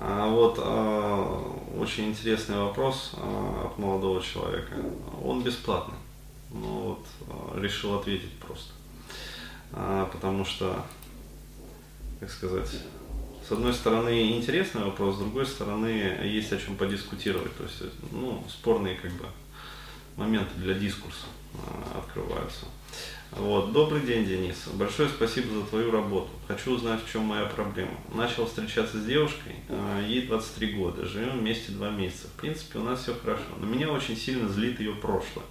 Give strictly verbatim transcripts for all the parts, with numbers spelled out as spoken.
А вот э, очень интересный вопрос э, от молодого человека. Он бесплатный. Ну вот э, решил ответить просто. А, потому что, как сказать, с одной стороны интересный вопрос, с другой стороны есть о чем подискутировать. То есть, ну, спорные как бы моменты для дискурса а, открываются. Вот. Добрый день, Денис. Большое спасибо за твою работу. Хочу узнать, в чем моя проблема. Начал встречаться с девушкой, а, ей двадцать три года, живем вместе два месяца. В принципе, у нас все хорошо, но меня очень сильно злит ее прошлое.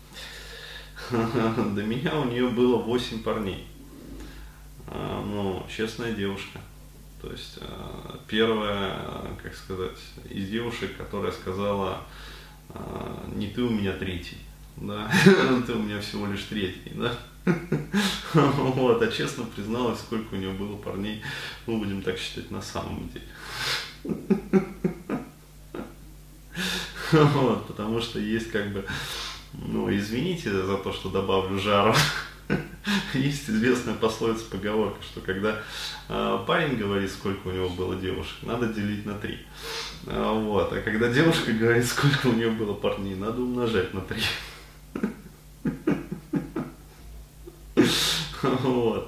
До меня у нее было восемь парней. Ну, честная девушка. То есть первая, как сказать, из девушек, которая сказала: не ты у меня третий, да, ты у меня всего лишь третий, да. Вот, а честно призналась, сколько у нее было парней, мы будем так считать на самом деле. Вот, потому что есть как бы, ну, извините за то, что добавлю жару. Есть известная пословица, поговорка, что когда э, парень говорит, сколько у него было девушек, надо делить на три. А, вот, а когда девушка говорит, сколько у нее было парней, надо умножать на три. Вот.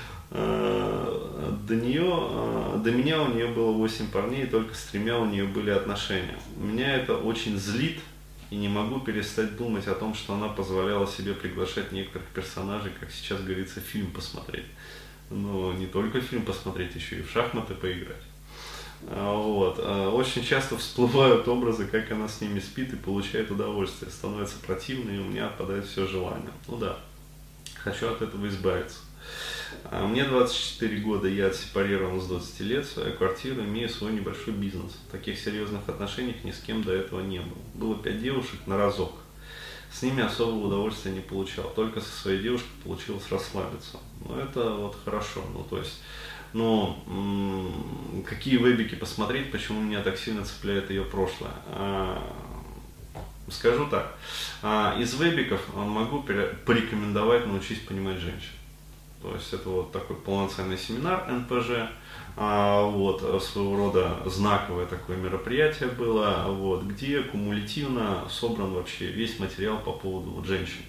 До нее, до меня у нее было восемь парней, и только с тремя у нее были отношения. Меня это очень злит. И не могу перестать думать о том, что она позволяла себе приглашать некоторых персонажей, как сейчас говорится, фильм посмотреть. Но не только фильм посмотреть, еще и в шахматы поиграть. Вот. Очень часто всплывают образы, как она с ними спит и получает удовольствие. Становится противно, и у меня отпадает все желание. Ну да, хочу от этого избавиться. Мне двадцать четыре года, я отсепарирован с двадцати лет, свою квартиру, имею свой небольшой бизнес. В таких серьезных отношениях ни с кем до этого не было. Было пять девушек на разок. С ними особого удовольствия не получал. Только со своей девушкой получилось расслабиться. Но это вот хорошо. Ну, то есть, ну, м- какие вебики посмотреть, почему меня так сильно цепляет ее прошлое. А- скажу так. А- из вебиков могу порекомендовать «Научись понимать женщин». То есть это вот такой полноценный семинар эн пэ жэ, а, вот, своего рода знаковое такое мероприятие было, вот, где кумулятивно собран вообще весь материал по поводу вот, женщин.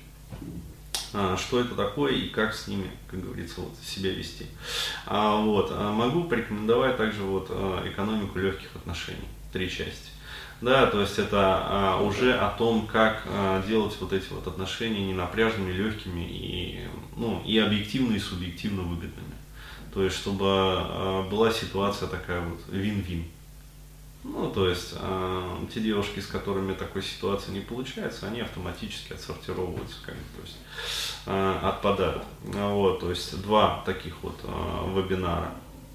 А, что это такое и как с ними, как говорится, вот, себя вести. А, вот, а могу порекомендовать также вот, экономику легких отношений, три части. Да, то есть это а, уже о том, как а, делать вот эти вот отношения ненапряжными, легкими и, ну, и объективно, и субъективно выгодными. То есть, чтобы а, была ситуация такая вот вин-вин. Ну, то есть, а, те девушки, с которыми такой ситуации не получается, они автоматически отсортировываются, как бы, то есть, а, отпадают. Вот, то есть, два таких вот а, вебинара.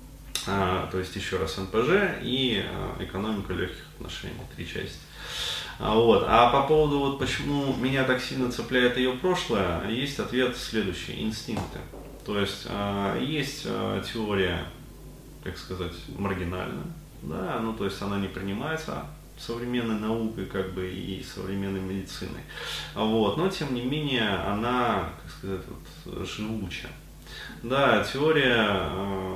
А, то есть еще раз эн пэ жэ и а, экономика легких отношений, три части. А, вот. А по поводу, вот, почему меня так сильно цепляет ее прошлое, есть ответ следующий: инстинкты. То есть а, есть а, теория, как сказать, маргинальная, да, ну то есть она не принимается современной наукой, как бы, и современной медициной. Вот. Но тем не менее она, как сказать, вот, живуча. Да, теория,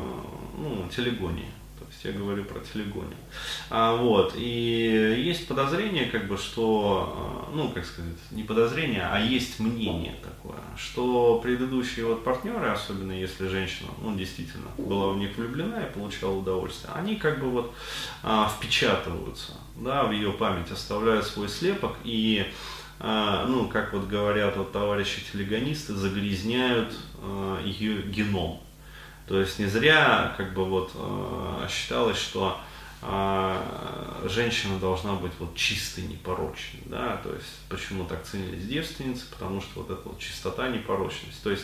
ну, телегонии. То есть я говорю про телегонию. А, вот. И есть подозрение, как бы, что, ну, как сказать, не подозрение, а есть мнение такое, что предыдущие вот партнеры, особенно если женщина, ну, действительно была в них влюблена и получала удовольствие, они как бы вот а, впечатываются, да, в ее память, оставляют свой слепок и, а, ну, как вот говорят вот товарищи телегонисты, загрязняют а, ее геном. То есть не зря как бы вот э, считалось, что э, женщина должна быть вот чистой, непорочной, да, то есть почему так ценились девственницы, потому что вот эта вот чистота, непорочность, то есть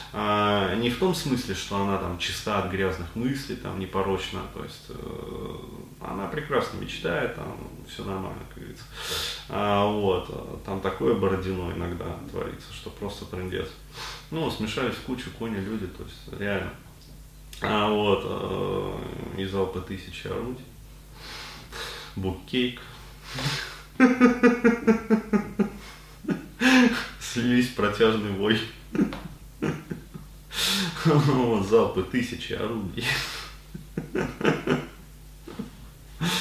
э, не в том смысле, что она там чиста от грязных мыслей, там непорочна, то есть э, она прекрасно мечтает, там все нормально, как говорится, а, вот, там такое бородино иногда творится, что просто трындец. Ну, смешались в кучу кони люди, то есть реально. А вот, э, из залпа тысячи орудий, буккейк, слились в протяжный вой. Вот, залпы тысячи орудий.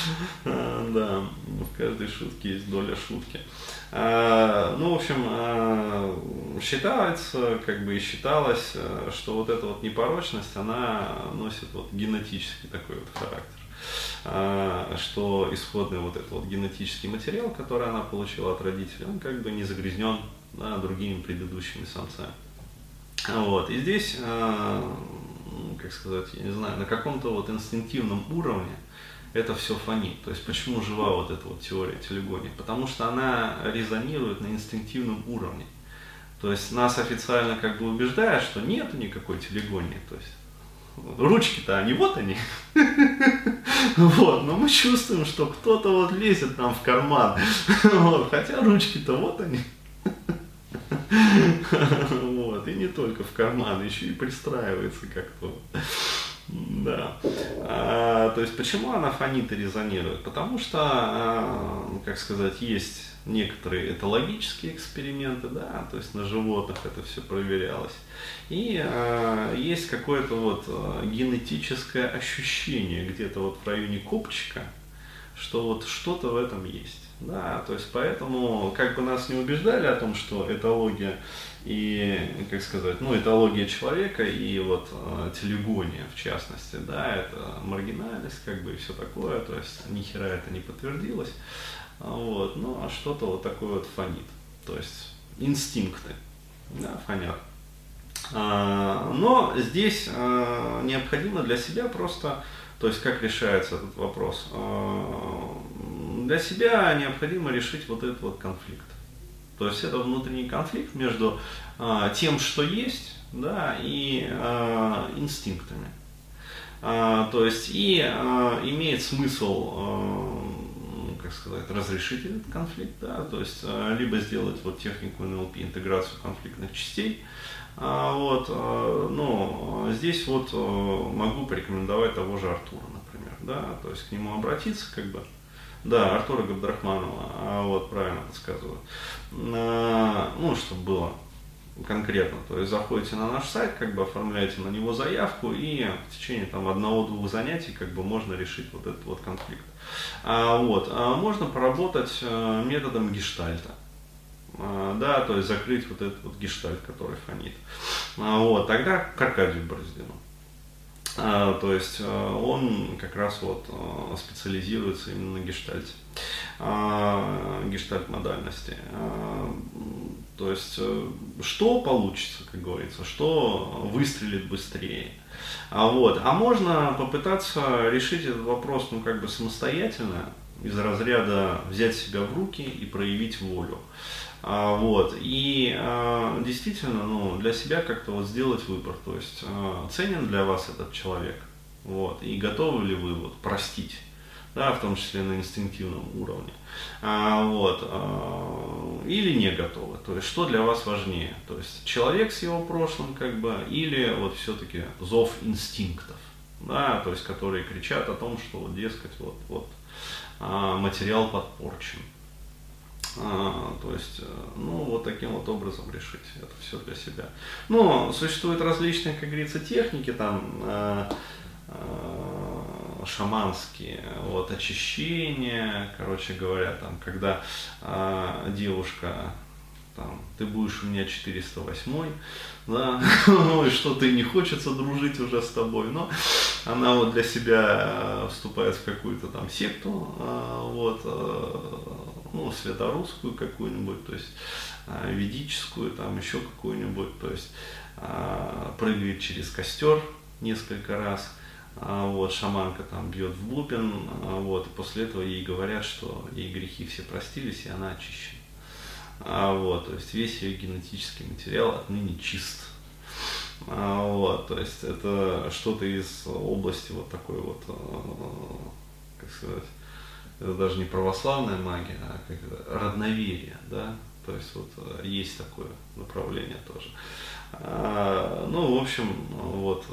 каждой шутки есть доля шутки. А, ну, в общем, а, считается, как бы и считалось, что вот эта вот непорочность, она носит вот генетический такой вот характер. А, что исходный вот этот вот генетический материал, который она получила от родителей, он как бы не загрязнен, да, другими предыдущими самцами. Вот. И здесь, а, как сказать, я не знаю, на каком-то вот инстинктивном уровне это все фонит. То есть почему жива вот эта вот теория телегонии? Потому что она резонирует на инстинктивном уровне. То есть нас официально как бы убеждают, что нету никакой телегонии. То есть ручки-то они, вот они. Вот, но мы чувствуем, что кто-то вот лезет нам в карман. Вот, хотя ручки-то вот они. Вот, и не только в карман, еще и пристраивается как-то. Да. А, то есть почему она фонит и резонирует? Потому что, а, как сказать, есть некоторые этологические эксперименты, да, то есть на животных это все проверялось. И а, есть какое-то вот а, генетическое ощущение где-то вот в районе копчика, что вот что-то в этом есть. Да, то есть поэтому, как бы нас не убеждали о том, что этология и, как сказать, ну, этология человека и вот э, телегония, в частности, да, это маргинальность, как бы, и все такое, то есть ни хера это не подтвердилось, вот, ну, а что-то вот такое вот фонит, то есть инстинкты, да, фонят. А, но здесь а, необходимо для себя просто, то есть как решается этот вопрос, а, для себя необходимо решить вот этот вот конфликт. То есть это внутренний конфликт между а, тем, что есть, да, и а, инстинктами. А, то есть и а, имеет смысл, а, как сказать, разрешить этот конфликт, да, то есть а, либо сделать вот технику эн эл пи, интеграцию конфликтных частей. А, вот, а, ну, здесь вот а, могу порекомендовать того же Артура, например, да, то есть к нему обратиться, как бы. Да, Артура Габдрахманова, а вот правильно подсказываю. А, ну, чтобы было конкретно, то есть заходите на наш сайт, как бы оформляете на него заявку, и в течение там одного-двух занятий как бы можно решить вот этот вот конфликт. А, вот, а можно поработать а, методом гештальта. А, да, то есть закрыть вот этот вот гештальт, который фонит. А, вот, тогда к Аркадию Бороздину. А, то есть он как раз вот специализируется именно на гештальте, а, гештальт-модальности. А, то есть что получится, как говорится, что выстрелит быстрее. А, вот. А можно попытаться решить этот вопрос, ну, как бы самостоятельно, из разряда взять себя в руки и проявить волю. А, вот. И а, действительно, ну, для себя как-то вот сделать выбор, то есть а, ценен для вас этот человек, вот, и готовы ли вы вот простить, да, в том числе на инстинктивном уровне, а, вот, а, или не готовы, то есть что для вас важнее, то есть человек с его прошлым, как бы, или вот все-таки зов инстинктов, да, то есть которые кричат о том, что, вот, дескать, вот, вот а, материал подпорчен. А, то есть, ну, вот таким вот образом решить это все для себя. Но существуют различные, как говорится, техники, там, э, э, шаманские, вот, очищения, короче говоря, там, когда э, девушка, там, ты будешь у меня четыреста восьмой, да, и что-то и не хочется дружить уже с тобой, но она вот для себя вступает в какую-то там секту, вот, ну, светорусскую какую-нибудь, то есть ведическую, там еще какую-нибудь, то есть прыгает через костер несколько раз, вот, шаманка там бьет в бубен, вот, и после этого ей говорят, что ей грехи все простились, и она очищена. А, вот, то есть весь ее генетический материал отныне чист. А, вот, то есть это что-то из области вот такой вот, как сказать, это даже не православная магия, а как это, родноверие, да, то есть вот есть такое направление тоже. А, ну, в общем, вот.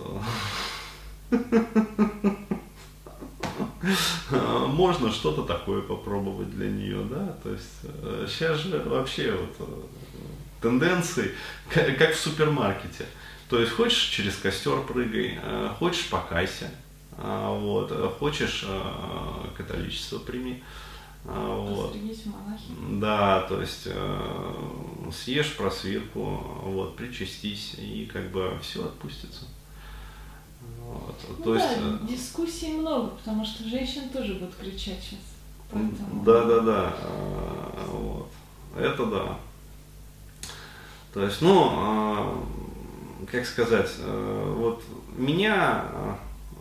Можно что-то такое попробовать для нее, да, то есть сейчас же вообще вот тенденции, как в супермаркете, то есть хочешь через костер прыгай, хочешь покайся, вот, хочешь католичество прими, Вот. Постригись в монахи. Да, то есть э, съешь просвирку, вот, причастись, и как бы все отпустится. Вот. Ну То да, есть, э, дискуссий много, потому что женщины тоже будут кричать сейчас. Поэтому... да, да, да, э, вот. Это да. То есть, ну, э, как сказать, э, вот меня, э,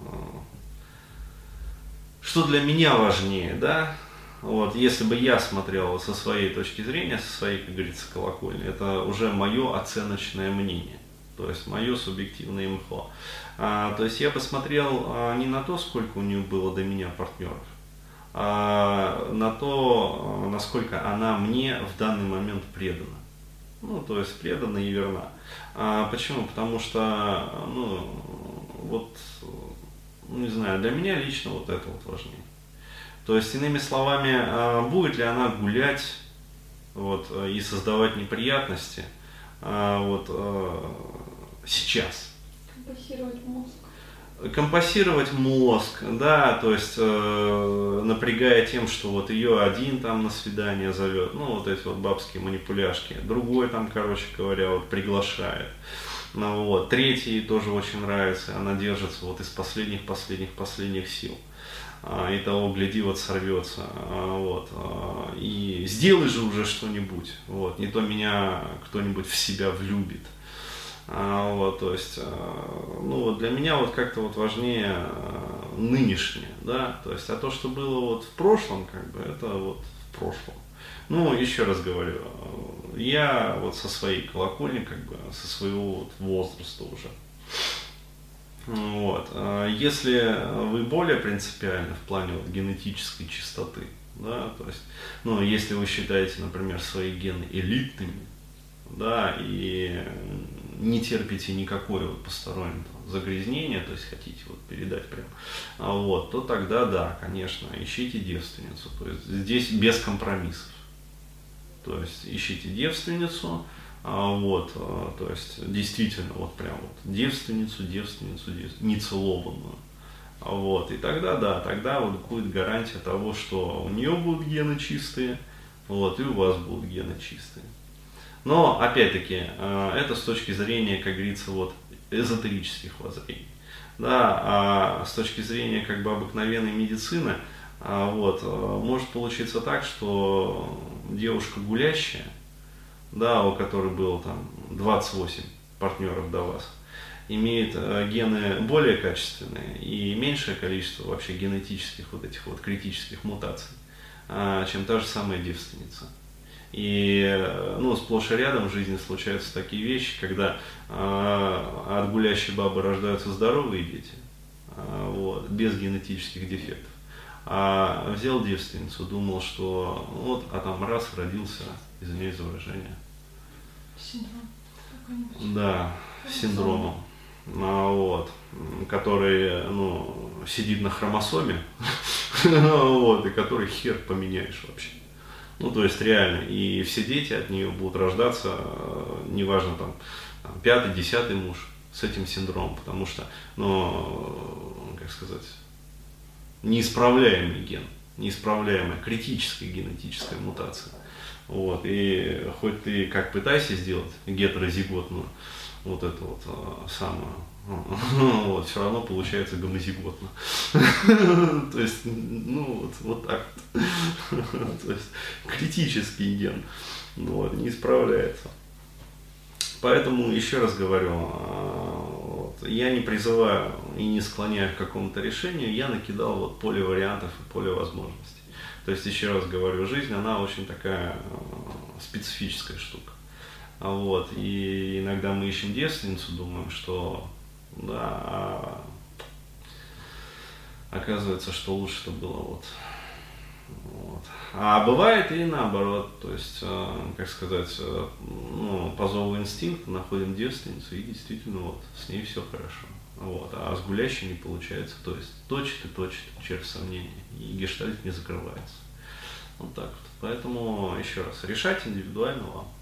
что для меня важнее, да, вот, если бы я смотрел со своей точки зрения, со своей, как говорится, колокольни, это уже мое оценочное мнение, то есть мое субъективное имхо. А, то есть я посмотрел а, не на то, сколько у нее было до меня партнеров, а на то, насколько она мне в данный момент предана. Ну, то есть предана и верна. А почему? Потому что, ну, вот, ну, не знаю, для меня лично вот это вот важнее. То есть, иными словами, будет ли она гулять вот, и создавать неприятности вот, сейчас. Компассировать мозг. Компассировать мозг, да, то есть э, напрягая тем, что вот ее один там на свидание зовет, ну вот эти вот бабские манипуляшки, другой там, короче говоря, вот приглашает. Ну, вот. Третий тоже очень нравится, она держится вот из последних, последних, последних сил. А, и того, гляди, вот сорвется. А, вот. А, и сделай же уже что-нибудь. Вот. Не то меня кто-нибудь в себя влюбит. А, вот, то есть, а, ну вот для меня вот как-то вот важнее а, нынешнее, да, то есть, а то, что было вот в прошлом, как бы, это вот в прошлом. Ну, еще раз говорю, я вот со своей колокольни, как бы, со своего вот возраста уже. Вот. Если вы более принципиальны в плане вот генетической чистоты, да, то есть, ну, если вы считаете, например, свои гены элитными, да, и не терпите никакое вот постороннее там загрязнение, то есть хотите вот передать прям, вот, то тогда да, конечно, ищите девственницу, то есть здесь без компромиссов. То есть ищите девственницу, вот, то есть действительно вот прям вот девственницу, девственницу, девственницу, нецелованную. Вот, и тогда да, тогда вот будет гарантия того, что у нее будут гены чистые, вот, и у вас будут гены чистые. Но, опять-таки, это с точки зрения, как говорится, вот, эзотерических воззрений. Да, а с точки зрения как бы обыкновенной медицины, вот, может получиться так, что девушка гулящая, да, у которой было там двадцать восемь партнеров до вас, имеет гены более качественные и меньшее количество вообще генетических вот этих вот критических мутаций, чем та же самая девственница. И, ну, сплошь и рядом в жизни случаются такие вещи, когда э, от гулящей бабы рождаются здоровые дети, э, вот, без генетических дефектов. А взял девственницу, думал, что вот, а там раз родился, извиняюсь за выражение. Синдром какой-нибудь. Да, с синдромом. А, вот, который, ну, сидит на хромосоме, вот, и который хер поменяешь вообще. Ну, то есть реально, и все дети от нее будут рождаться, неважно, там, пятый, десятый муж с этим синдромом, потому что, ну, как сказать, неисправляемый ген, неисправляемая критическая генетическая мутация. Вот, и хоть ты как пытайся сделать гетерозиготную, вот это вот самое, вот, все равно получается гомозиготно. То есть, ну, вот, вот так вот. То есть, критический ген, вот, не справляется. Поэтому, еще раз говорю, вот, я не призываю и не склоняю к какому-то решению, я накидал вот поле вариантов и поле возможностей. То есть, еще раз говорю, жизнь, она очень такая специфическая штука. Вот, и иногда мы ищем девственницу, думаем, что да, а оказывается, что лучше-то было вот. Вот. А бывает и наоборот, то есть, как сказать, ну, по зову инстинкта находим девственницу и действительно вот с ней все хорошо. Вот. А с гулящей не получается, то есть точит и точит через сомнения, и гештальт не закрывается. Вот так вот. Поэтому, еще раз, решать индивидуально вам.